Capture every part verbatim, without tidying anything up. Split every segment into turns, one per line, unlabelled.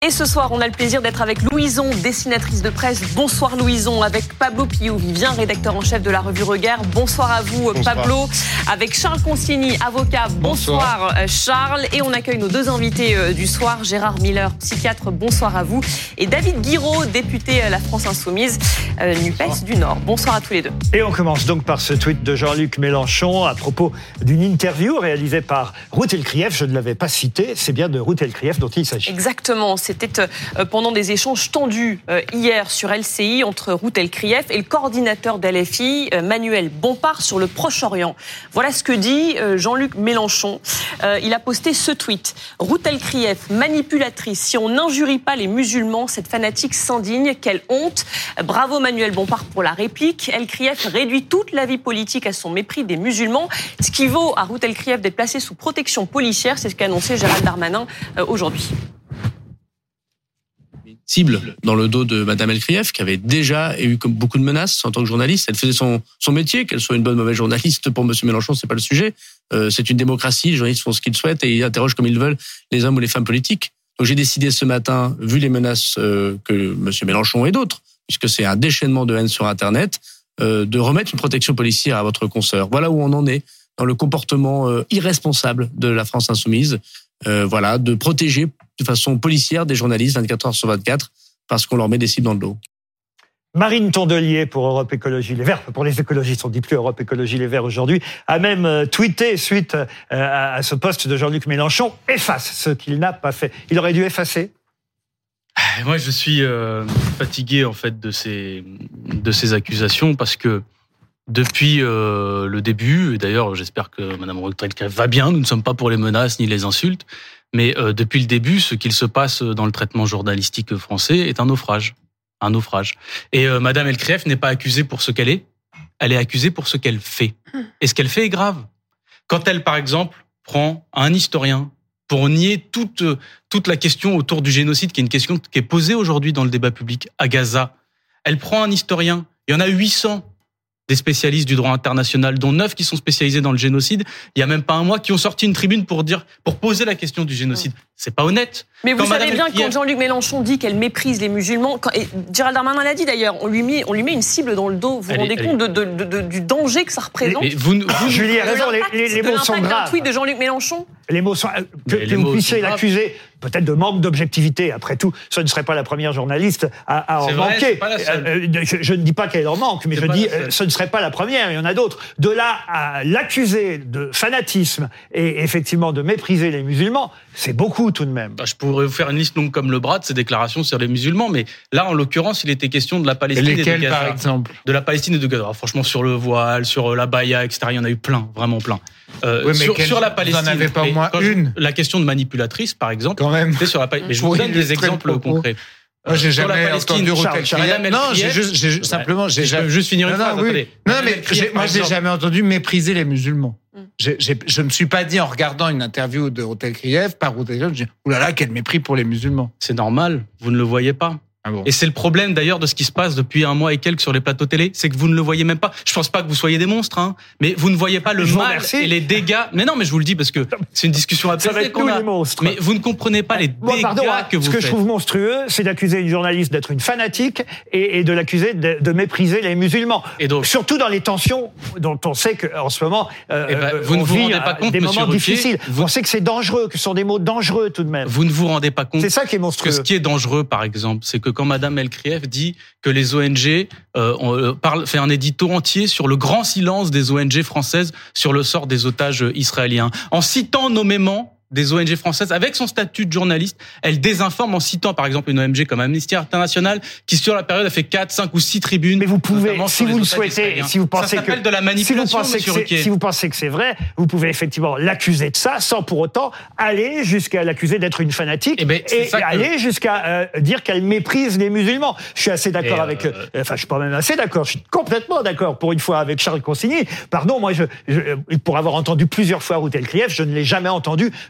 Et ce soir, on a le plaisir d'être avec Louison, dessinatrice de presse. Bonsoir Louison, avec Pablo Pio-Vivien, rédacteur en chef de la revue Regard. Bonsoir à vous Bonsoir. Pablo. Avec Charles Consigny, avocat. Bonsoir, Bonsoir Charles. Et on accueille nos deux invités du soir, Gérard Miller, psychiatre. Bonsoir à vous. Et David Guiraud, député La France Insoumise, euh, NUPES du Nord. Bonsoir à tous les deux.
Et on commence donc par ce tweet de Jean-Luc Mélenchon à propos d'une interview réalisée par Ruth Elkrieff. Je ne l'avais pas cité, c'est bien de Ruth Elkrieff dont il s'agit.
Exactement, c'était euh, pendant des échanges tendus euh, hier sur L C I entre Ruth Elkrieff et le coordinateur d'L F I, euh, Manuel Bompard, sur le Proche-Orient. Voilà ce que dit euh, Jean-Luc Mélenchon. Euh, il a posté ce tweet. Ruth Elkrieff, manipulatrice, si on n'injurie pas les musulmans, cette fanatique s'indigne, quelle honte. Bravo Manuel Bompard pour la réplique. Elkrieff réduit toute la vie politique à son mépris des musulmans, ce qui vaut à Ruth Elkrieff d'être placée sous protection policière, c'est ce qu'a annoncé Gérald Darmanin euh, aujourd'hui.
Cible dans le dos de Madame Elkrieff, qui avait déjà eu comme beaucoup de menaces en tant que journaliste. Elle faisait son, son métier, qu'elle soit une bonne ou mauvaise journaliste. Pour Monsieur Mélenchon, c'est pas le sujet. Euh, c'est une démocratie, les journalistes font ce qu'ils souhaitent et ils interrogent comme ils veulent les hommes ou les femmes politiques. Donc j'ai décidé ce matin, vu les menaces euh, que Monsieur Mélenchon et d'autres, puisque c'est un déchaînement de haine sur Internet, euh, de remettre une protection policière à votre consoeur. Voilà où on en est dans le comportement euh, irresponsable de la France Insoumise. Euh, voilà, de protéger de façon policière des journalistes vingt-quatre heures sur vingt-quatre parce qu'on leur met des cibles dans le dos.
Marine Tondelier pour Europe Écologie Les Verts, pour les écologistes, on ne dit plus Europe Écologie Les Verts aujourd'hui, a même tweeté suite à ce post de Jean-Luc Mélenchon, efface ce qu'il n'a pas fait. Il aurait dû effacer ?
Moi, je suis euh, fatigué en fait de ces de ces accusations parce que depuis euh, le début, et d'ailleurs j'espère que Mme Ruth Elkrieff va bien, nous ne sommes pas pour les menaces ni les insultes, mais euh, depuis le début, ce qu'il se passe dans le traitement journalistique français est un naufrage. Un naufrage. Et euh, Mme Elkrieff n'est pas accusée pour ce qu'elle est, elle est accusée pour ce qu'elle fait. Et ce qu'elle fait est grave. Quand elle, par exemple, prend un historien pour nier toute, toute la question autour du génocide, qui est une question qui est posée aujourd'hui dans le débat public à Gaza, elle prend un historien, il y en a huit cents des spécialistes du droit international, dont neuf qui sont spécialisés dans le génocide. Il y a même pas un mois qui ont sorti une tribune pour dire, pour poser la question du génocide. C'est pas honnête.
Mais vous
quand
savez bien,
Elkrieff...
quand Jean-Luc Mélenchon dit qu'elle méprise les musulmans, quand, et Gérald Darmanin l'a dit d'ailleurs, on lui met, on lui met une cible dans le dos. Vous vous rendez est, compte est... de, de, de, du danger que ça représente?
Mais vous, vous,
Julie a raison, les, les, les mots sont graves.
Un tweet de Jean-Luc Mélenchon.
Les mots sont que, que vous puissiez l'accuser peut-être de manque d'objectivité. Après tout, ce ne serait pas la première journaliste à, à en
vrai,
manquer.
Pas la seule.
Je, je ne dis pas qu'elle en manque, mais
c'est
je dis ce ne serait pas la première. Il y en a d'autres. De là à l'accuser de fanatisme et effectivement de mépriser les musulmans, c'est beaucoup tout de même.
Bah, je pourrais vous faire une liste longue comme le bras de ces déclarations sur les musulmans, mais là, en l'occurrence, il était question de la Palestine
lesquels,
et de Gaza.
par exemple
De la Palestine et de Gaza. Alors, franchement, sur le voile, sur la baya, et cetera, il y en a eu plein, vraiment plein. Euh,
oui, mais
sur,
quel,
sur la Palestine,
vous en avez pas au moins une.
Je, la question de manipulatrice, par exemple,
quand même.
c'était sur la Palestine. Mais je vous donne des exemples concrets.
Moi, j'ai jamais entendu Ruth Elkrieff. Non, j'ai juste, j'ai simplement, j'ai jamais.
Juste finir une
non,
phrase.
Non, oui. non mais j'ai, moi, j'ai jamais entendu mépriser les musulmans. Mm. J'ai, j'ai, je me suis pas dit en regardant une interview de Ruth Elkrieff par Ruth Elkrieff, j'ai dit oulala, quel mépris pour les musulmans.
C'est normal, vous ne le voyez pas. Ah bon. Et c'est le problème d'ailleurs de ce qui se passe depuis un mois et quelques sur les plateaux télé, c'est que vous ne le voyez même pas. Je pense pas que vous soyez des monstres, hein, mais vous ne voyez pas le mal et les dégâts. Mais non, mais je vous le dis parce que c'est une discussion apaisée qu'on a. Mais vous ne comprenez pas les
Moi,
dégâts
pardon,
que vous
faites. Ce que
faites.
je trouve monstrueux, c'est d'accuser une journaliste d'être une fanatique et, et de l'accuser de, de mépriser les musulmans. Et donc, surtout dans les tensions dont on sait qu'en ce moment, euh,
eh ben, vous
on
ne vous
vit
rendez pas compte,
des
Monsieur
moments
Ruquier,
difficiles.
Vous...
On sait que c'est dangereux, que ce sont des mots dangereux tout de même.
Vous ne vous rendez pas compte.
C'est ça qui est monstrueux.
Que ce qui est dangereux, par exemple, c'est que quand Madame Elkrieff dit que les O N G euh, on parle, fait un édito entier sur le grand silence des O N G françaises sur le sort des otages israéliens, en citant nommément des O N G françaises avec son statut de journaliste, elle désinforme en citant par exemple une O N G comme Amnesty International qui sur la période a fait quatre, cinq ou six tribunes.
Mais vous pouvez, si vous le souhaitez, si vous pensez
ça
que
de la manipulation,
si vous, pensez que c'est, si vous pensez que c'est vrai, vous pouvez effectivement l'accuser de ça sans pour autant aller jusqu'à l'accuser d'être une fanatique et, ben, et aller que... jusqu'à euh, dire qu'elle méprise les musulmans. Je suis assez d'accord et avec, euh... euh, enfin je suis pas même assez d'accord, je suis complètement d'accord pour une fois avec Charles Consigny. Pardon, moi je, je pour avoir entendu plusieurs fois Ruth Elkrieff, je ne l'ai jamais entendu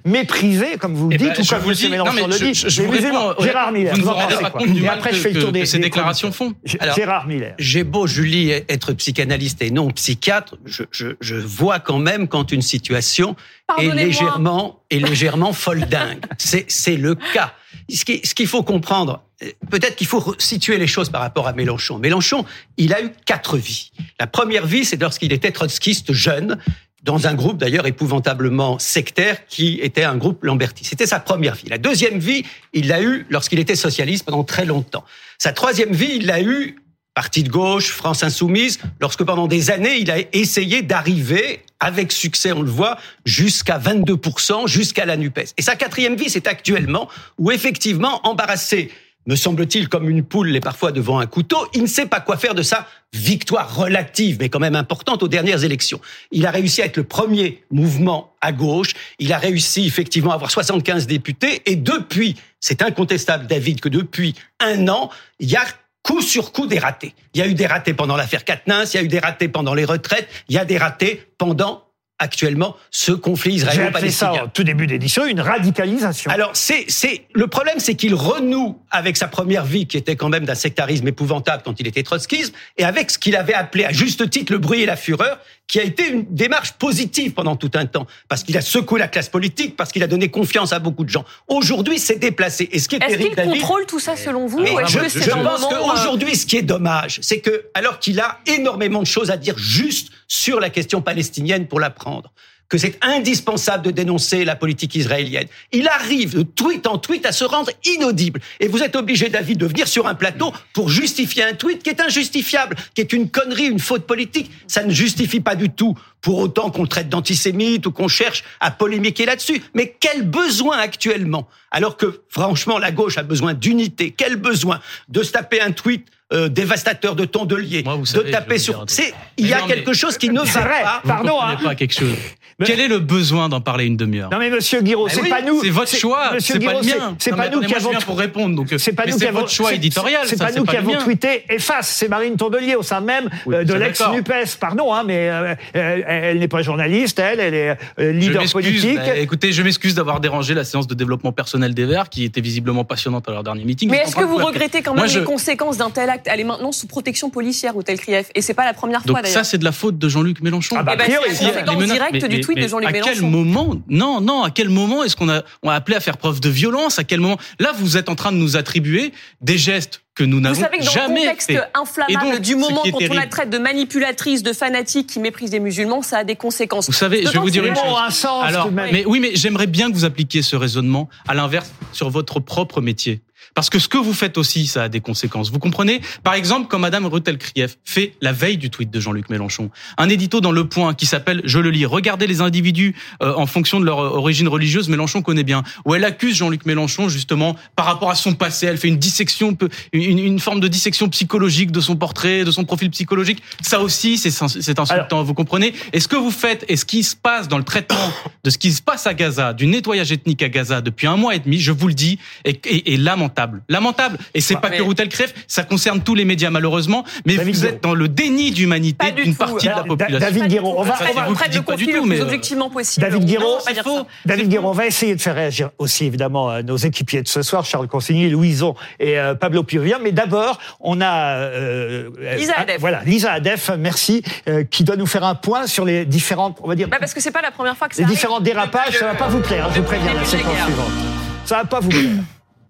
mépriser, comme vous le
Eh
dites,
ben,
ou
je
comme
vous
M.
dis-
Mélenchon
non, mais
le
je-
dit,
je- je
les
vous
musulmans.
réponds,
Gérard Miller,
vous ne
vous
vous
en
rendez
pensez
pas
quoi
compte du
Et
mal
après, je
que-
fais le tour
que
des
ces
des
déclarations
chroniqueurs.
font.
G-
Alors,
Gérard Miller.
J'ai beau, Julie, être psychanalyste et non psychiatre, je, je, je vois quand même quand une situation est
Pardonnez-moi.
légèrement, est légèrement folle dingue. C'est, c'est le cas. Ce qui- ce qu'il faut comprendre, peut-être qu'il faut situer les choses par rapport à Mélenchon. Mélenchon, il a eu quatre vies. La première vie, c'est lorsqu'il était trotskiste jeune, dans un groupe d'ailleurs épouvantablement sectaire qui était un groupe Lamberti. C'était sa première vie. La deuxième vie, il l'a eue lorsqu'il était socialiste pendant très longtemps. Sa troisième vie, il l'a eue Parti de gauche, France Insoumise, lorsque pendant des années, il a essayé d'arriver, avec succès, on le voit, jusqu'à vingt-deux pour cent, jusqu'à la NUPES. Et sa quatrième vie, c'est actuellement où, effectivement, embarrassé, me semble-t-il, comme une poule et parfois devant un couteau, il ne sait pas quoi faire de sa victoire relative, mais quand même importante aux dernières élections. Il a réussi à être le premier mouvement à gauche, il a réussi effectivement à avoir soixante-quinze députés, et depuis, c'est incontestable, David, que depuis un an, il y a coup sur coup des ratés. Il y a eu des ratés pendant l'affaire Quatennens, il y a eu des ratés pendant les retraites, il y a des ratés pendant actuellement ce conflit
J'ai appelé
israélo-palestinien.
ça, en tout début d'édition, une radicalisation.
Alors, c'est, c'est, le problème, c'est qu'il renoue avec sa première vie, qui était quand même d'un sectarisme épouvantable quand il était trotskiste, et avec ce qu'il avait appelé à juste titre le bruit et la fureur, qui a été une démarche positive pendant tout un temps, parce qu'il a secoué la classe politique, parce qu'il a donné confiance à beaucoup de gens. Aujourd'hui, c'est déplacé. Et ce qui est,
Est-ce
terrible,
qu'il
David,
contrôle tout ça selon vous
mais
ou est-ce
je,
que
je
c'est un
pense
moment, euh,
qu'aujourd'hui, ce qui est dommage, c'est que, alors qu'il a énormément de choses à dire juste sur la question palestinienne pour la prendre, que c'est indispensable de dénoncer la politique israélienne. Il arrive de tweet en tweet à se rendre inaudible. Et vous êtes obligé, David, de venir sur un plateau pour justifier un tweet qui est injustifiable, qui est une connerie, une faute politique. Ça ne justifie pas du tout pour autant qu'on le traite d'antisémite ou qu'on cherche à polémiquer là-dessus. Mais quel besoin actuellement, alors que franchement la gauche a besoin d'unité, quel besoin de se taper un tweet Euh, dévastateur de Tondelier,
Moi, vous
de
savez,
taper
je veux
sur...
dire,
C'est, il y a
non,
quelque
mais-
chose qui ne
C'est
va
vrai.
pas.
Vous
Pardon,
comprenez
hein.
pas quelque chose.
Mais-
Quel est le besoin d'en parler une demi-heure?
Non mais Monsieur Guiraud,
Ben
c'est
oui,
pas nous.
C'est votre choix,
Monsieur
c'est pas
Guiraud,
le mien.
C'est
Non,
pas
mais
nous
attendez,
qui
moi, je
avons.
viens pour répondre, donc
C'est pas
mais
nous qui
c'est
avons.
votre choix
c'est-
éditorial.
C'est
ça,
pas nous qui
le
avons
mien.
tweeté efface. C'est Marine Tondelier au sein même
Oui,
euh, de
c'est
l'ex
d'accord.
Nupes. Pardon, hein, mais euh, elle, elle n'est pas journaliste. Elle, elle est euh,
Je
leader
m'excuse,
politique.
bah, écoutez, je m'excuse d'avoir dérangé la séance de développement personnel des Verts, qui était visiblement passionnante à leur dernier meeting.
Mais
J'étais
est-ce
en
que
train de
vous
faire-
regrettez quand
Moi,
même
je-
les conséquences d'un tel acte? Elle est maintenant sous protection policière, Hôtel Krief, et c'est pas la première fois
Donc
d'ailleurs.
ça, c'est de la faute de Jean-Luc Mélenchon.
Ah bah,
Eh ben,
a priori,
c'est la
si,
conséquence
les menaces-
directe
mais-
du
mais-
tweet de
mais
Jean-Luc
à
Mélenchon.
quel moment Non, non. À quel moment est-ce qu'on a, on a appelé à faire preuve de violence? À quel moment Là, vous êtes en train de nous attribuer des gestes que nous
Vous
n'avons
savez que dans
jamais
le contexte
fait.
inflammable
Et donc,
du
ce
moment,
qui est
quand on la
terrible-
traite de manipulatrice, de fanatique qui méprise les musulmans, ça a des conséquences.
Vous savez, je vais vous dire une
Bon,
chose.
un sens
Alors,
tout de même.
mais oui, mais j'aimerais bien que vous appliquiez ce raisonnement à l'inverse sur votre propre métier. Parce que ce que vous faites aussi, ça a des conséquences. Vous comprenez? Par exemple, quand Madame Rutel-Krief fait la veille du tweet de Jean-Luc Mélenchon, un édito dans Le Point qui s'appelle, je le lis, regardez les individus euh, en fonction de leur euh, origine religieuse, Mélenchon connaît bien, où elle accuse Jean-Luc Mélenchon justement par rapport à son passé. Elle fait une dissection, peu- une, une forme de dissection psychologique de son portrait, de son profil psychologique. Ça aussi, c'est, c'est insultant. Vous comprenez? Et ce que vous faites et ce qui se passe dans le traitement de ce qui se passe à Gaza, du nettoyage ethnique à Gaza depuis un mois et demi, je vous le dis, est, est, est lamentable. Lamentable. Et c'est
Ouais,
pas
mais-
que Rutel-Krief, ça concerne tous les médias malheureusement, mais
David
vous
Guiraud.
êtes dans le déni d'humanité
Pas du
d'une
tout.
partie de la
Alors, Da-
population.
David Guiraud, on va,
Ça,
on
c'est
va-
vous qui
traite le
dites pas du
conflit
tout,
le
mais,
plus
euh,
objectivement possible.
David
Non,
Guiraud,
on va pas dire
faux.
ça.
David Guiraud, on va essayer de faire réagir aussi évidemment euh, nos équipiers de ce soir, Charles Consigny, Louison et euh, Pablo Purvien. Mais d'abord, on a euh,
Lisa
euh,
Adef.
Voilà, Lisa Adef, merci, euh, qui doit nous faire un point sur les différentes, on va dire,
Bah, parce que c'est pas la première fois que ça
les
arrive.
différents dérapages. Ça va pas vous plaire, hein, je vous
Depuis le
préviens la
début de la
séquence
guerre.
suivante. Ça va pas vous plaire.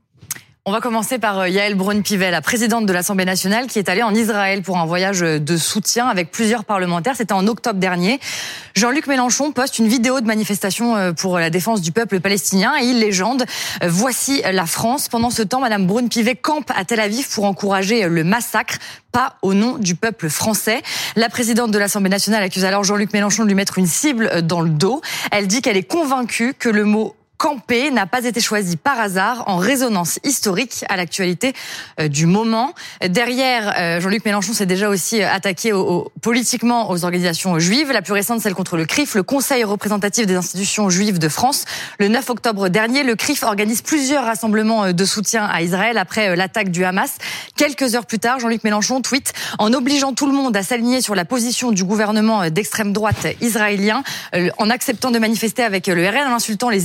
On va commencer par euh, Yael Braun-Pivet, la présidente de l'Assemblée nationale, qui est allée en Israël pour un voyage de soutien avec plusieurs parlementaires. C'était en octobre dernier. Jean-Luc Mélenchon poste une vidéo de manifestation euh, pour la défense du peuple palestinien et il légende euh, « Voici la France ». Pendant ce temps, Madame Braun-Pivet campe à Tel Aviv pour encourager le massacre, pas au nom du peuple français. La présidente de l'Assemblée nationale accuse alors Jean-Luc Mélenchon de lui mettre une cible dans le dos. Elle dit qu'elle est convaincue que le mot camper n'a pas été choisi par hasard, en résonance historique à l'actualité euh, du moment. Derrière, euh, Jean-Luc Mélenchon s'est déjà aussi euh, attaqué au, au, politiquement aux organisations juives. La plus récente, celle contre le C R I F, le Conseil représentatif des institutions juives de France. Le neuf octobre dernier, le C R I F organise plusieurs rassemblements de soutien à Israël après euh, l'attaque du Hamas. Quelques heures plus tard, Jean-Luc Mélenchon tweet en obligeant tout le monde à s'aligner sur la position du gouvernement d'extrême droite israélien, euh, en acceptant de manifester avec le R N, en insultant les élus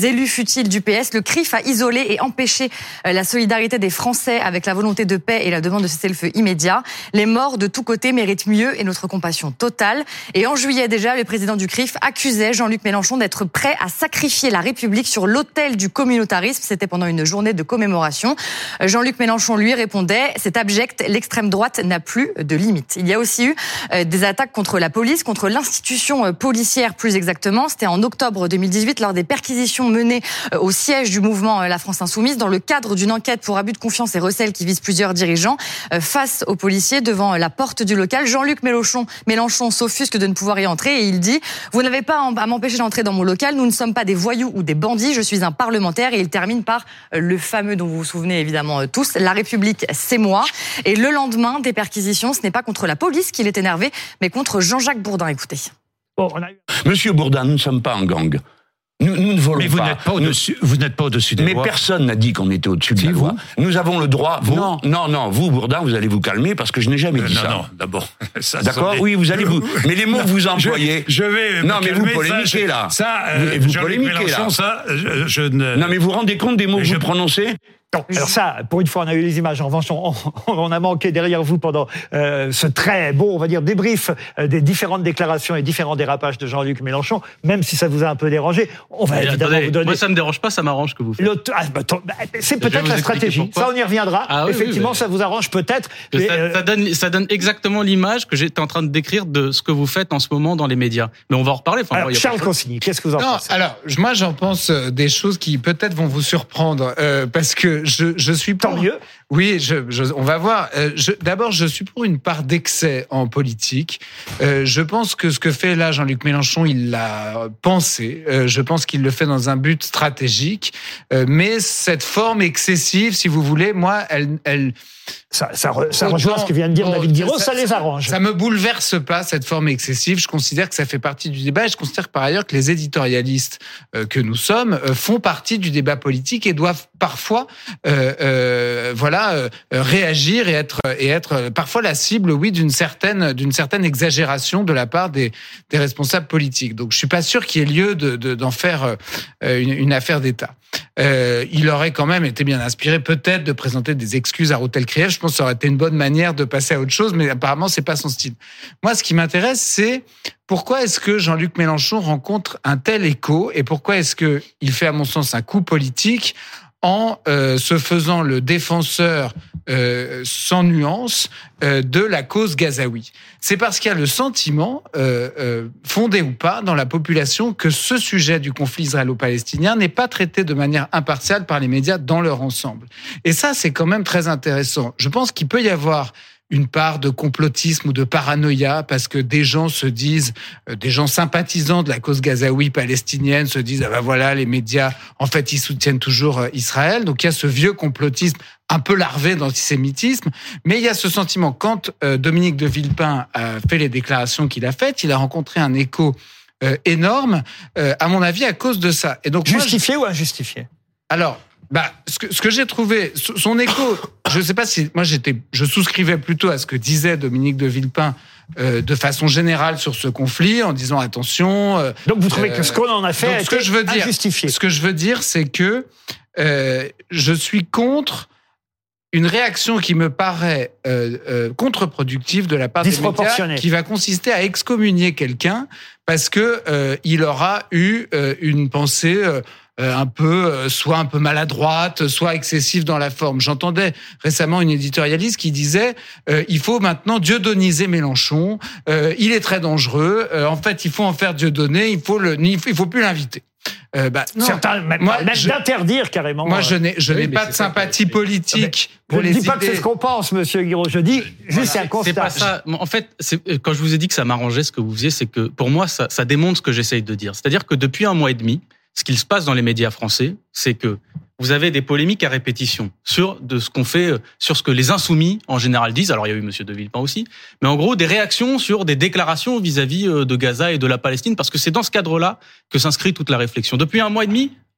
futile du P S. Le C R I F a isolé et empêché la solidarité des Français avec la volonté de paix et la demande de cessez-le-feu immédiat. Les morts de tous côtés méritent mieux et notre compassion totale. Et en juillet déjà, le président du C R I F accusait Jean-Luc Mélenchon d'être prêt à sacrifier la République sur l'autel du communautarisme. C'était pendant une journée de commémoration. Jean-Luc Mélenchon lui répondait « C'est abject, l'extrême droite n'a plus de limite ». Il y a aussi eu des attaques contre la police, contre l'institution policière plus exactement. C'était en octobre deux mille dix-huit lors des perquisitions menées au siège du mouvement La France Insoumise dans le cadre d'une enquête pour abus de confiance et recel qui vise plusieurs dirigeants. Face aux policiers devant la porte du local, Jean-Luc Mélenchon, Mélenchon s'offusque de ne pouvoir y entrer et il dit « Vous n'avez pas à m'empêcher d'entrer dans mon local, nous ne sommes pas des voyous ou des bandits, je suis un parlementaire » et il termine par le fameux dont vous vous souvenez évidemment tous, « La République, c'est moi ». Et le lendemain des perquisitions, ce n'est pas contre la police qu'il est énervé, mais contre Jean-Jacques Bourdin. Écoutez.
Bon, on a eu... Monsieur Bourdin, nous ne sommes pas un gang. Nous, nous ne volons
mais vous
pas.
N'êtes pas au-dessus, vous n'êtes pas au-dessus des
mais
lois.
Mais personne n'a dit qu'on était au-dessus de la loi. Nous avons le droit... Vous non, non, non. Vous, Bourdin, vous allez vous calmer parce que je n'ai jamais euh, dit
non,
ça.
Non, non, d'abord. Ça,
D'accord, oui, vous allez vous... Mais les mots non, que vous employez...
Je, je vais...
Non, mais vous polémiquez,
ça,
là.
Ça, euh,
vous polémiquez, là.
Ça, je, je ne...
Non, mais vous vous rendez compte des mots que je... vous prononcez ?
Non, alors ça, pour une fois, on a eu les images. En revanche, on, on a manqué derrière vous pendant euh, ce très beau, on va dire, débrief euh, des différentes déclarations et différents dérapages de Jean-Luc Mélenchon. Même si ça vous a un peu dérangé, on va mais évidemment
attendez,
vous donner...
Moi, ça me dérange pas, ça m'arrange que vous faites.
Ah, bah, c'est peut-être la stratégie. Ça, on y reviendra. Ah, oui, Effectivement, oui, mais... ça vous arrange peut-être.
Mais, ça, euh... ça, donne, ça donne exactement l'image que j'étais en train de décrire de ce que vous faites en ce moment dans les médias. Mais on va en reparler. Enfin,
alors,
moi,
Charles Consigny, qu'est-ce que vous en
non,
pensez ?
Alors, moi, j'en pense des choses qui peut-être vont vous surprendre euh, parce que je, je suis
Tant mieux.
Oui, je, je, on va voir. Euh, je, d'abord, je suis pour une part d'excès en politique. Euh, je pense que ce que fait là Jean-Luc Mélenchon, il l'a pensé. Euh, je pense qu'il le fait dans un but stratégique. Euh, mais cette forme excessive, si vous voulez, moi, elle... elle
Ça, ça, re, ça rejoint ce que vient de dire oh, David Guiraud, ça, ça les arrange.
Ça me bouleverse pas, cette forme excessive. Je considère que ça fait partie du débat. Et je considère par ailleurs que les éditorialistes euh, que nous sommes euh, font partie du débat politique et doivent parfois euh, euh, voilà, euh, réagir et être, et être parfois la cible, oui, d'une certaine, d'une certaine exagération de la part des, des responsables politiques. Donc je suis pas sûr qu'il y ait lieu de, de, d'en faire euh, une, une affaire d'État. Euh, il aurait quand même été bien inspiré peut-être de présenter des excuses à Routel-Krief. Je pense que ça aurait été une bonne manière de passer à autre chose, mais apparemment c'est pas son style. Moi, ce qui m'intéresse, c'est pourquoi est-ce que Jean-Luc Mélenchon rencontre un tel écho et pourquoi est-ce que il fait, à mon sens, un coup politique en euh, se faisant le défenseur euh, sans nuance euh, de la cause gazaoui. C'est parce qu'il y a le sentiment, euh, euh, fondé ou pas, dans la population que ce sujet du conflit israélo-palestinien n'est pas traité de manière impartiale par les médias dans leur ensemble. Et ça, c'est quand même très intéressant. Je pense qu'il peut y avoir une part de complotisme ou de paranoïa parce que des gens se disent, euh, des gens sympathisants de la cause gazaoui palestinienne se disent, ah ben voilà, les médias, en fait, ils soutiennent toujours euh, Israël. Donc il y a ce vieux complotisme un peu larvé d'antisémitisme, mais il y a ce sentiment, quand euh, Dominique de Villepin a fait les déclarations qu'il a faites, il a rencontré un écho euh, énorme, euh, à mon avis, à cause de ça. Et donc,
justifié
moi,
je... ou injustifié ?
Alors, bah, ce que, ce que j'ai trouvé, son écho, je ne sais pas si moi j'étais, je souscrivais plutôt à ce que disait Dominique de Villepin euh, de façon générale sur ce conflit, en disant attention. Euh,
donc vous trouvez euh, que ce qu'on en a fait
est ce que je veux dire,
injustifié.
Ce que je veux dire, c'est que euh, je suis contre une réaction qui me paraît euh, euh, contre-productive de la part des médias, qui va consister à excommunier quelqu'un parce que euh, il aura eu euh, une pensée euh, un peu, soit un peu maladroite, soit excessive dans la forme. J'entendais récemment une éditorialiste qui disait euh, il faut maintenant dieudonniser Mélenchon, euh, il est très dangereux, euh, en fait il faut en faire Dieudonné, il faut le, il faut plus l'inviter.
Euh, bah, Certains même, moi, même je, d'interdire carrément.
Moi, je n'ai, je oui, n'ai pas de sympathie ça, politique
pour
les
idées. Je ne dis
idées.
pas que c'est ce qu'on pense, Monsieur Guiraud. Je dis voilà, juste c'est un constat.
C'est pas ça. En fait, c'est, quand je vous ai dit que ça m'arrangeait ce que vous faisiez, c'est que pour moi, ça, ça démontre ce que j'essaye de dire. C'est-à-dire que depuis un mois et demi, ce qu'il se passe dans les médias français, c'est que vous avez des polémiques à répétition sur de ce qu'on fait, sur ce que les insoumis en général disent. Alors il y a eu Monsieur de Villepin aussi, mais en gros des réactions sur des déclarations vis-à-vis de Gaza et de la Palestine, parce que c'est dans ce cadre-là que s'inscrit toute la réflexion. Depuis un mois et demi,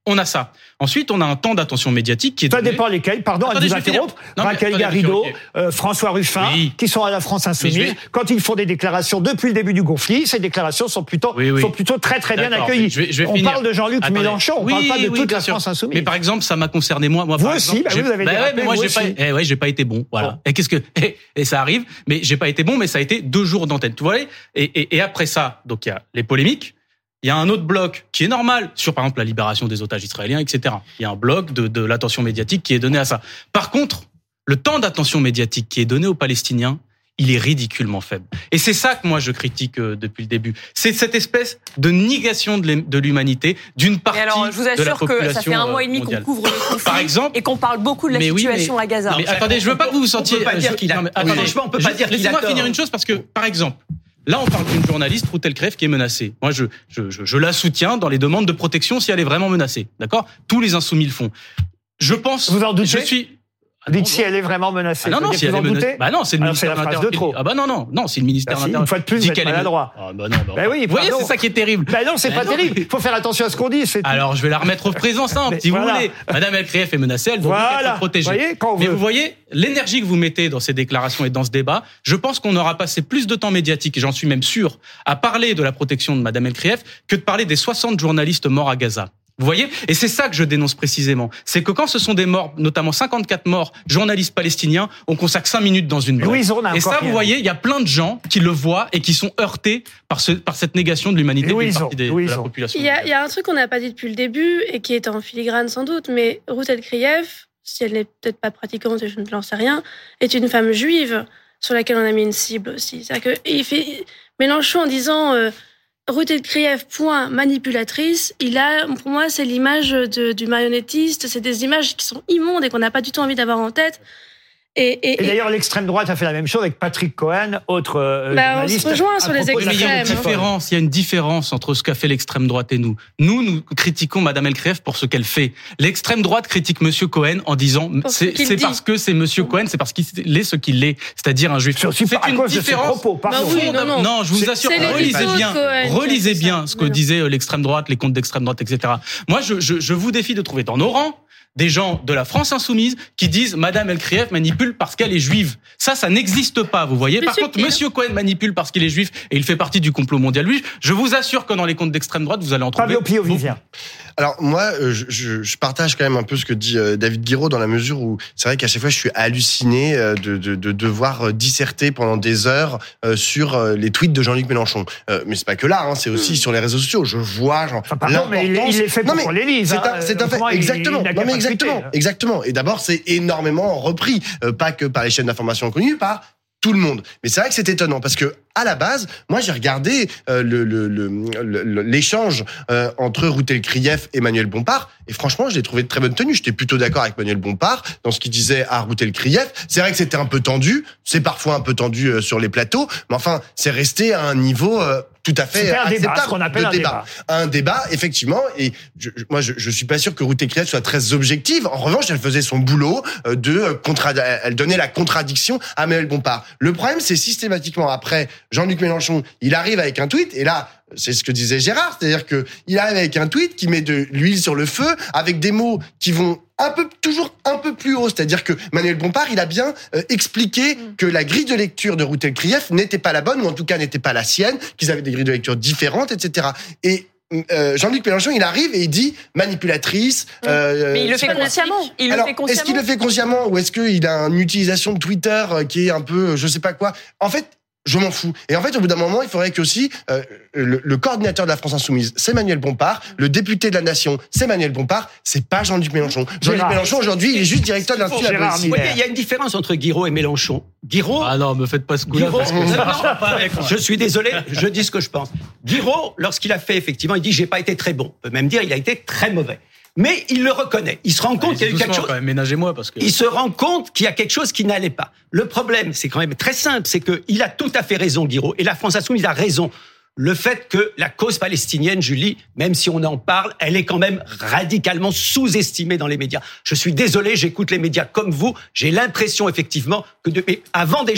on a ça. Ensuite, on a un temps d'attention médiatique qui est
Ça
donné...
dépend lesquels, pardon,
Attendez,
à vous interrompre. Raquel Garrido, euh, François Ruffin, oui. qui sont à la France Insoumise, vais... quand ils font des déclarations depuis le début du conflit, ces déclarations sont plutôt, oui, oui. sont plutôt très très bien
D'accord,
accueillies.
Je vais, je vais
on
finir.
parle de Jean-Luc
Attendez.
Mélenchon, on ne
oui,
parle pas de
oui,
toute la
sûr.
France Insoumise.
Mais par exemple, ça m'a concerné moi. moi
vous
par
aussi,
exemple,
bah, vous avez
bah,
des
ouais,
rappels,
mais moi,
vous
j'ai
aussi.
pas, eh ouais, j'ai pas été bon. Voilà. Bon. Et qu'est-ce que, et, et ça arrive, mais j'ai pas été bon, mais ça a été deux jours d'antenne. Tu vois, et, et, et après ça, donc il y a les polémiques. Il y a un autre bloc qui est normal sur, par exemple, la libération des otages israéliens, et cetera. Il y a un bloc de, de l'attention médiatique qui est donné à ça. Par contre, le temps d'attention médiatique qui est donné aux Palestiniens, il est ridiculement faible. Et c'est ça que moi je critique euh, depuis le début. C'est cette espèce de négation de l'humanité d'une partie de la population.
Alors, je vous assure que ça fait un mois et demi qu'on couvre le conflit
par exemple,
et qu'on parle beaucoup de la situation
oui, mais,
à Gaza.
Non, mais attendez, je veux pas que vous vous sentiez.
On peut pas dire qu'il a.
Non, attendez,
franchement, on peut pas dire qu'il a.
Laissez-moi
tort.
finir une chose parce que, par exemple. Là, on parle d'une journaliste, Ruth El-Krieff, qui est menacée. Moi, je, je, je, je la soutiens dans les demandes de protection si elle est vraiment menacée. D'accord ? Tous les insoumis le font. Je pense.
Vous en doutez ?
Je suis.
Ah dites si elle est vraiment menacée.
Ah non, non, si elle est menacée. Bah non, c'est le
Alors
ministère
c'est la
de
phrase de trop.
Ah bah non, non, non, c'est le ministère
bah
de l'Intérieur.
Une fois de plus, vous êtes maladroit.
Ah bah non, bah,
bah oui,
vous voyez, c'est ça qui est terrible.
Bah non, c'est
bah
pas
non,
terrible. Il faut faire attention à ce qu'on dit.
Alors, je vais la remettre au présent simple, si
voilà.
vous voulez. Madame El-Krieff est menacée, elle doit
voilà.
être protégée.
Vous voyez, quand
Mais
veut.
vous voyez, l'énergie que vous mettez dans ces déclarations et dans ce débat, je pense qu'on aura passé plus de temps médiatique, et j'en suis même sûr, à parler de la protection de Madame El-Krieff que de parler des soixante journalistes morts à Gaza. Vous voyez ? Et c'est ça que je dénonce précisément. C'est que quand ce sont des morts, notamment cinquante-quatre morts, journalistes palestiniens, on consacre cinq minutes dans une blague. Et ça, vous voyez, il y a plein de gens qui le voient et qui sont heurtés par, ce, par cette négation de l'humanité d'une partie des, de la population.
Il y, a, il y a un truc qu'on n'a pas dit depuis le début et qui est en filigrane sans doute, mais Ruth El-Krieff, si elle n'est peut-être pas pratiquante et je ne sais rien, est une femme juive sur laquelle on a mis une cible aussi. C'est-à-dire qu'il fait Mélenchon en disant... Euh, Ruth El-Krieff, point, manipulatrice, il a, pour moi, c'est l'image de, du marionnettiste, c'est des images qui sont immondes et qu'on n'a pas du tout envie d'avoir en tête. Et, et,
et d'ailleurs, l'extrême droite a fait la même chose avec Patrick Cohen, autre euh,
bah,
journaliste.
On se rejoint sur les extrêmes.
Il y a une différence, il y a une différence entre ce qu'a fait l'extrême droite et nous. Nous, nous critiquons Madame El-Krieff pour ce qu'elle fait. L'extrême droite critique Monsieur Cohen en disant c'est, c'est parce que c'est Monsieur Cohen, c'est parce qu'il est ce qu'il est, c'est-à-dire un juif.
C'est, c'est une différence. Propos,
bah oui, non, non.
non, je vous assure, relisez bien, relisez bien ce que disait l'extrême droite, les comptes d'extrême droite, et cetera. Moi, je, je, je vous défie de trouver dans nos rangs des gens de la France insoumise qui disent Madame El-Krieff manipule parce qu'elle est juive. Ça, ça n'existe pas, vous voyez. Par contre, Monsieur Cohen manipule parce qu'il est juif et il fait partie du complot mondial juif. Je vous assure que dans les comptes d'extrême droite, vous allez en trouver.
Fabio Piovizia.
Alors moi, je, je, je partage quand même un peu ce que dit David Guiraud dans la mesure où c'est vrai qu'à chaque fois, je suis halluciné de, de, de devoir disserter pendant des heures sur les tweets de Jean-Luc Mélenchon. Mais c'est pas que là, hein, c'est aussi mmh. sur les réseaux sociaux. Je vois genre
enfin, pardon, mais il, il est fait pour les lise.
C'est un, c'est un fait. Exactement.
Il, il
non mais exactement, exactement. Et d'abord, c'est énormément repris, euh, pas que par les chaînes d'information connues, par tout le monde. Mais c'est vrai que c'est étonnant parce que à la base, moi j'ai regardé euh, le, le, le, le, l'échange euh, entre Ruth El-Krieff et Manuel Bompard et franchement, je l'ai trouvé de très bonne tenue. J'étais plutôt d'accord avec Manuel Bompard dans ce qu'il disait à Ruth El-Krieff. C'est vrai que c'était un peu tendu, c'est parfois un peu tendu euh, sur les plateaux, mais enfin, c'est resté à un niveau euh, tout à fait
un
acceptable
débat, ce qu'on appelle
de
un
débat. débat. Un débat, effectivement. Et je, je, moi, je, je suis pas sûr que Ruth El-Krieff soit très objective. En revanche, elle faisait son boulot euh, de euh, contra... elle donnait la contradiction à Manuel Bompard. Le problème, c'est systématiquement après Jean-Luc Mélenchon, il arrive avec un tweet et là, c'est ce que disait Gérard, c'est-à-dire que il arrive avec un tweet qui met de l'huile sur le feu avec des mots qui vont un peu toujours un peu plus haut, c'est-à-dire que Manuel Bompard, il a bien euh, expliqué que la grille de lecture de Ruth El-Krieff n'était pas la bonne ou en tout cas n'était pas la sienne, qu'ils avaient des grilles de lecture différentes, et cetera. Et Euh, Jean-Luc Mélenchon, il arrive et il dit manipulatrice.
Euh, Mais il le fait consciemment. Il
alors,
le fait consciemment.
Est-ce qu'il le fait consciemment ou est-ce qu'il a une utilisation de Twitter qui est un peu, je sais pas quoi. En fait, je m'en fous. Et en fait, au bout d'un moment, il faudrait qu'aussi euh, le, le coordinateur de la France Insoumise, c'est Manuel Bompard. Le député de la Nation, c'est Manuel Bompard. C'est pas Jean-Luc Mélenchon. Jean-Luc
Gérard.
Mélenchon, aujourd'hui, il est juste directeur de l'Institut de la police.
Vous voyez, il y a une différence entre Guiraud et Mélenchon. Guiraud.
Ah non, me faites pas ce coup-là.
Guiraud,
parce que...
non, non, pas avec moi. Je suis désolé, je dis ce que je pense. Guiraud, lorsqu'il a fait, effectivement, il dit j'ai pas été très bon. On peut même dire il a été très mauvais. Mais il le reconnaît. Il se rend compte qu'il y a eu quelque chose.
Quand même, ménagez-moi parce que.
Il se rend compte qu'il y a quelque chose qui n'allait pas. Le problème, c'est quand même très simple, c'est que il a tout à fait raison, Guiraud, et la France Insoumise a raison. Le fait que la cause palestinienne, Julie, même si on en parle, elle est quand même radicalement sous-estimée dans les médias. Je suis désolé, j'écoute les médias comme vous. J'ai l'impression, effectivement, que depuis, avant déjà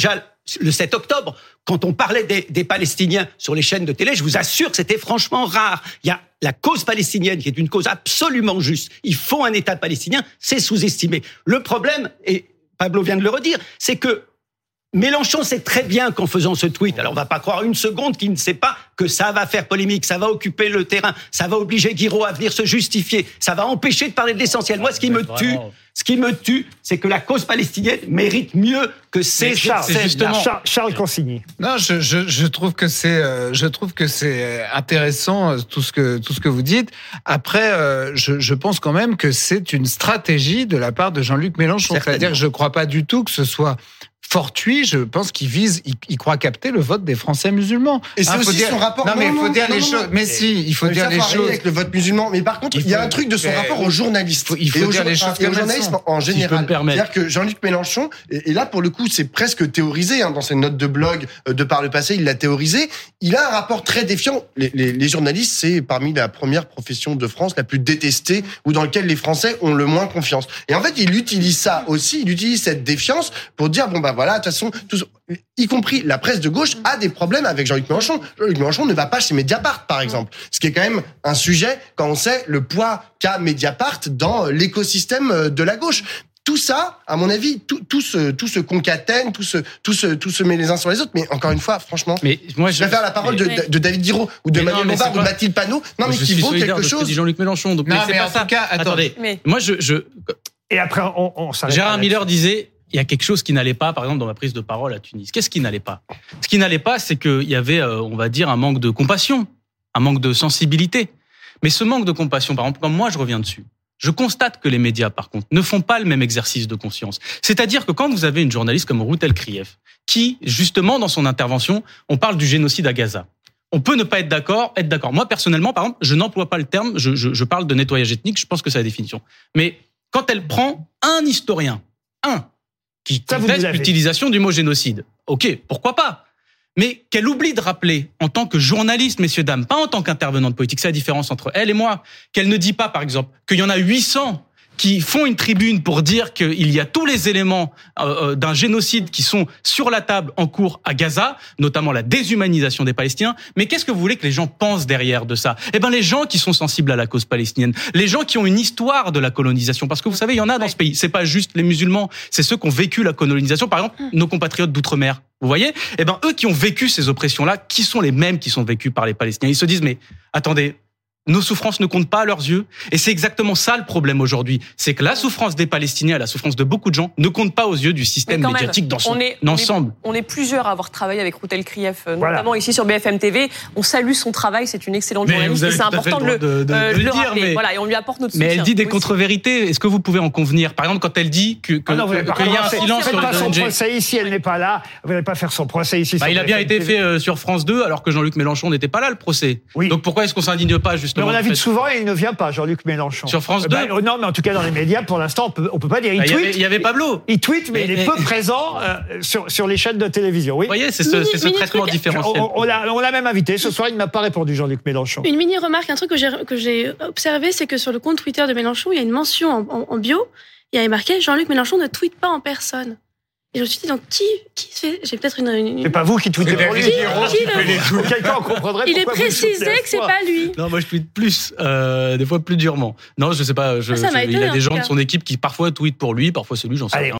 le sept octobre, quand on parlait des, des Palestiniens sur les chaînes de télé, je vous assure que c'était franchement rare. Il y a la cause palestinienne qui est une cause absolument juste. Il faut un État palestinien, c'est sous-estimé. Le problème, et Pablo vient de le redire, c'est que Mélenchon sait très bien qu'en faisant ce tweet, alors on va pas croire une seconde qu'il ne sait pas que ça va faire polémique, ça va occuper le terrain, ça va obliger Guiraud à venir se justifier, ça va empêcher de parler de l'essentiel. Moi, ce qui me tue, ce qui me tue, c'est que la cause palestinienne mérite mieux que ces
Charles,
excès.
justement, Charles, Charles Consigny.
Non, je, je, je trouve que c'est, euh, je trouve que c'est intéressant euh, tout ce que tout ce que vous dites. Après, euh, je, je pense quand même que c'est une stratégie de la part de Jean-Luc Mélenchon.
Certainement.
C'est-à-dire que je crois pas du tout que ce soit fortuit. Je pense qu'il vise, il, il croit capter le vote des Français musulmans.
Et c'est
hein,
aussi
dire,
son rapport.
Non, mais il faut
non,
dire
non,
les
non,
choses.
non.
Mais si, il faut
Mais
dire
ça,
les
faut
choses.
avec le vote musulman. Mais par contre, il, il y a un truc de son
mais,
rapport aux journalistes.
Il faut, il faut
et
dire
aux,
les choses
et aux
comme elles
journalistes
sont.
en
Si je peux
général.
me permettre.
C'est-à-dire que Jean-Luc Mélenchon, et, et là pour le coup, c'est presque théorisé hein, dans ses notes de blog euh, de par le passé, il l'a théorisé. Il a un rapport très défiant. Les, les, les journalistes, c'est parmi la première profession de France la plus détestée ou dans laquelle les Français ont le moins confiance. Et en fait, il utilise ça aussi. Il utilise cette défiance pour dire bon bah voilà, de toute façon, tout, y compris la presse de gauche a des problèmes avec Jean-Luc Mélenchon. Jean-Luc Mélenchon ne va pas chez Mediapart, par exemple. Ce qui est quand même un sujet quand on sait le poids qu'a Mediapart dans l'écosystème de la gauche. Tout ça, à mon avis, tout, tout se, tout se concatène, tout se, tout se, tout se met les uns sur les autres. Mais encore une fois, franchement,
Mais moi,
je préfère la parole
mais,
de, de David Guiraud ou de
Mais
Manuel
non, mais
Bompard
c'est
ou de
pas-
Mathilde Panot. Non, mais
je
qui
suis
vaut
solidaire
quelque
de ce que
chose.
dit Jean-Luc Mélenchon. Donc,
Non,
mais c'est
mais
pas
en
ça.
tout cas, attendez.
Mais-
Moi, je, je,
Et après, on, on s'arrête.
Gérard Miller disait, il y a quelque chose qui n'allait pas, par exemple, dans ma prise de parole à Tunis. Qu'est-ce qui n'allait pas? Ce qui n'allait pas, c'est qu'il y avait, euh, on va dire, un manque de compassion, un manque de sensibilité. Mais ce manque de compassion, par exemple, quand moi je reviens dessus, je constate que les médias, par contre, ne font pas le même exercice de conscience. C'est-à-dire que quand vous avez une journaliste comme Ruth El-Krief, qui, justement, dans son intervention, on parle du génocide à Gaza. On peut ne pas être d'accord, être d'accord. Moi, personnellement, par exemple, je n'emploie pas le terme, je, je, je parle de nettoyage ethnique, je pense que c'est la définition. Mais quand elle prend un historien, un, qui
Ça, vous
conteste
nous l'avez.
l'utilisation du mot génocide, ok, pourquoi pas? Mais qu'elle oublie de rappeler, en tant que journaliste, messieurs, dames, pas en tant qu'intervenante politique, c'est la différence entre elle et moi, qu'elle ne dit pas, par exemple, qu'il y en a huit cents qui font une tribune pour dire qu'il y a tous les éléments euh, d'un génocide qui sont sur la table en cours à Gaza, notamment la déshumanisation des Palestiniens. Mais qu'est-ce que vous voulez que les gens pensent derrière de ça? Eh ben, les gens qui sont sensibles à la cause palestinienne, les gens qui ont une histoire de la colonisation, parce que vous savez, il y en a dans ce pays. C'est pas juste les musulmans, c'est ceux qui ont vécu la colonisation. Par exemple, nos compatriotes d'outre-mer. Vous voyez? Eh ben, eux qui ont vécu ces oppressions-là, qui sont les mêmes qui sont vécues par les Palestiniens. Ils se disent, mais attendez, nos souffrances ne comptent pas à leurs yeux. Et c'est exactement ça le problème aujourd'hui. C'est que la souffrance des Palestiniens, la souffrance de beaucoup de gens, ne compte pas aux yeux du système
Mais quand
médiatique
même,
dans son
on est,
ensemble.
On est, on est plusieurs à avoir travaillé avec Ruth El-Krief, euh,
Voilà.
notamment ici sur B F M T V. On salue son travail, c'est une excellente
Mais
journaliste
vous avez
et c'est
tout à fait
important de
le
le,
droit de- de-
euh,
de le
le
dire,
rappeler.
mais-
Voilà, et on lui apporte notre
Mais
soutien.
elle dit des
Oui,
contre-vérités. Est-ce que vous pouvez en convenir? Par exemple, quand elle dit que, que,
Ah non, vous n'allez pas
qu'il y a un
commencer.
silence
Faites
sur
pas
les
son
O N G.
procès ici, elle n'est pas là. Vous n'allez pas faire son procès ici.
Bah,
sur
il a bien
B F M
été
T V.
fait euh, sur France deux, alors que Jean-Luc Mélenchon n'était pas là, le procès.
Oui.
Donc pourquoi est-ce qu'on s'indigne pas,
Mais
justement
on
en
l'invite
fait
souvent et il ne vient pas, Jean-Luc Mélenchon.
Sur France
Euh, bah,
deux
euh, Non, mais en tout cas, dans les médias, pour l'instant, on peut, on peut pas dire. Il
Bah, Il y avait-
tweet.
il y avait Pablo.
Il tweet, mais,
Mais-
il est
mais-
peu présent euh, sur, sur les chaînes de télévision. Oui.
Vous voyez, c'est ce, c'est ce
Mini-
traitement
mini-
différentiel.
On, on l'a, on l'a même invité. Ce soir, il n'a pas répondu, Jean-Luc Mélenchon.
Une mini remarque, un truc que j'ai que j'ai observé, c'est que sur le compte Twitter de Mélenchon, il y a une mention en, en- en bio. Il y avait marqué Jean-Luc Mélenchon ne tweete pas en personne. Et je me suis dit donc qui qui fait J'ai peut-être une. une-
C'est pas vous qui tweetez pour lui.
Qui- qui le-
Quelqu'un comprendrait
Il est
pourquoi vous le
précisé
soutenez à
que
ce
c'est
point.
pas lui.
Non, moi je tweete plus, euh, des fois plus durement. Non, je sais pas. Je,
Ah, ça m'a
je- il
étonné,
y a
en
des
tout
gens
cas.
de son équipe qui parfois tweetent pour lui, parfois c'est lui, j'en sais
Allez,
rien.